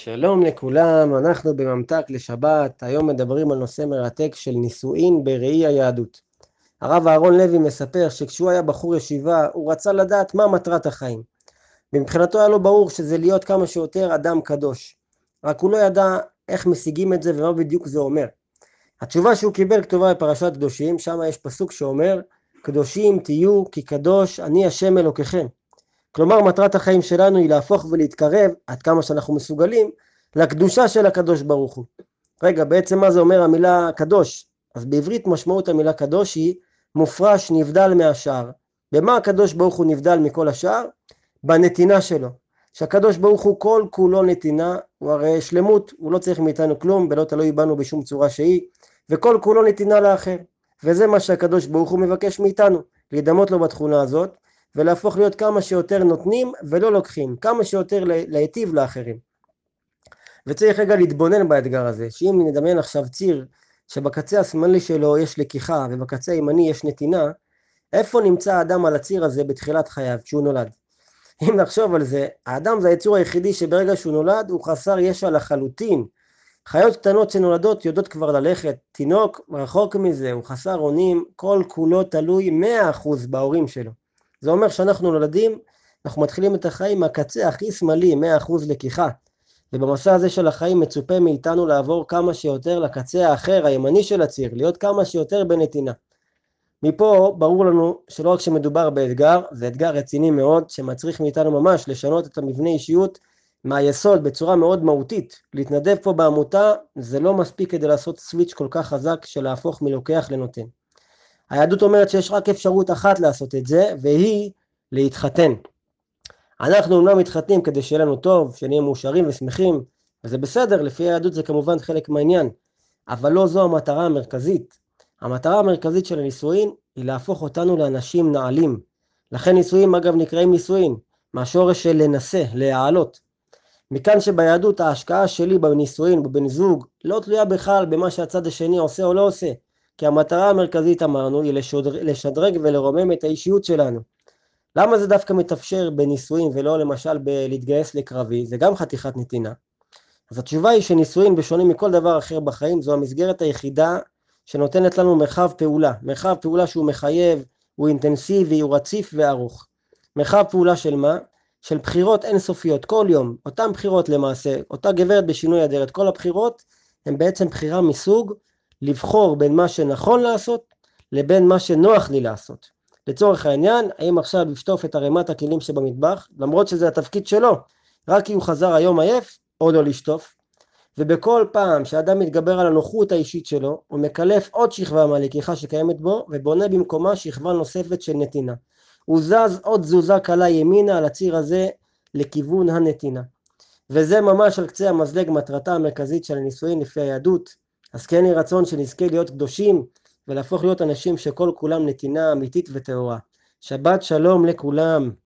שלום לכולם, אנחנו בממתק לשבת. היום מדברים על נושא מרתק של נישואין בראי היהדות. הרב אהרון לוי מספר שכשהוא היה בחור ישיבה הוא רצה לדעת מה מטרת החיים. מבחינתו היה לו ברור שזה להיות כמה שיותר אדם קדוש, רק הוא לא ידע איך משיגים את זה ומה בדיוק זה אומר. התשובה שהוא קיבל כתובה בפרשת קדושים, שם יש פסוק שאומר קדושים תהיו כי קדוש אני השם אלוקיכם. כלומר מטרת החיים שלנו היא להפוך ולהתקרב עד כמה שאנחנו מסוגלים לקדושה של הקדוש ברוך הוא. רגע, בעצם מה זה אומר המילה קדוש? אז בעברית משמעות המילה קדוש היא מופרש, נבדל מהשאר. במה הקדוש ברוך הוא נבדל מכל השאר? בנתינה שלו. שהקדוש ברוך הוא כל כולו נתינה, הוא הרי שלמות, הוא לא צריך מאיתנו כלום ולא תלוי בנו בשום צורה שהיא, וכל כולו נתינה לאחר. וזה מה שהקדוש ברוך הוא מבקש מאיתנו, להידמות לו בתכונה הזאת, ולהפוך להיות כמה שיותר נותנים ולא לוקחים, כמה שיותר להיטיב לאחרים. וצריך רגע להתבונן באתגר הזה, שאם נדמיין עכשיו ציר שבקצה השמאלי שלו יש לקיחה ובקצה הימני יש נתינה, איפה נמצא האדם על הציר הזה בתחילת חייו כשהוא נולד? אם נחשוב על זה, האדם זה היצור היחידי שברגע שהוא נולד הוא חסר ישע לחלוטין. חיות קטנות שנולדות יודעות כבר ללכת, תינוק רחוק מזה, הוא חסר אונים, כל כולו תלוי 100% בהורים שלו. זה אומר שאנחנו נולדים, אנחנו מתחילים את החיים מהקצה הכי שמאלי, 100% לקיחה. ובמסע הזה של החיים מצופה מאיתנו לעבור כמה שיותר לקצה האחר, הימני של הציר, להיות כמה שיותר בנתינה. מפה ברור לנו שלא רק שמדובר באתגר, זה אתגר רציני מאוד שמצריך מאיתנו ממש לשנות את המבנה אישיות מהיסוד בצורה מאוד מהותית. להתנדב פה בעמותה זה לא מספיק כדי לעשות סוויץ' כל כך חזק של להפוך מלוקח לנותן. היהדות אומרת שיש רק אפשרות אחת לעשות את זה, והיא להתחתן. אנחנו אומנם מתחתנים כדי שיהיה לנו טוב, שנהיה מאושרים ושמחים, וזה בסדר, לפי היהדות זה כמובן חלק מהעניין, אבל לא זו המטרה המרכזית. המטרה המרכזית של הנישואין היא להפוך אותנו לאנשים נעלים. לכן נישואין אגב נקראים נישואין, מהשורש של לנסה, להעלות. מכאן שביהדות ההשקעה שלי בנישואין, בבן זוג, לא תלויה בכלל במה שהצד השני עושה או לא עושה. כי המטרה המרכזית אמרנו היא לשדרג ולרומם את האישיות שלנו. למה זה דווקא מתאפשר בנישואין ולא למשל להתגייס לקרבי? זה גם חתיכת נתינה. אז התשובה היא שנישואין בשונה מכל דבר אחר בחיים זו המסגרת היחידה שנותנת לנו מרחב פעולה. מרחב פעולה שהוא מחייב, הוא אינטנסיבי, הוא רציף וארוך. מרחב פעולה של מה? של בחירות אינסופיות כל יום. אותן בחירות למעשה, אותה גברת בשינוי אדרת, כל הבחירות הן בעצם בחירה מסוג לבחור בין מה שנכון לעשות לבין מה שנוח לי לעשות. לצורך העניין, האם עכשיו לשטוף את ערימת הכלים שבמטבח, למרות שזה התפקיד שלו, רק כי הוא חזר היום עייף, או לא לשטוף. ובכל פעם שאדם מתגבר על הנוחות האישית שלו, הוא מקלף עוד שכבה מהלקיחה שקיימת בו, ובונה במקומה שכבה נוספת של נתינה. הוא זז עוד תזוזה קלה ימינה על הציר הזה לכיוון הנתינה. וזה ממש על קצה המזלג מטרתה המרכזית של הנישואין לפי היהדות. אז כן יהי רצון שנזכה להיות קדושים ולהפוך להיות אנשים שכל כולם נתינה אמיתית וטהורה. שבת שלום לכולם.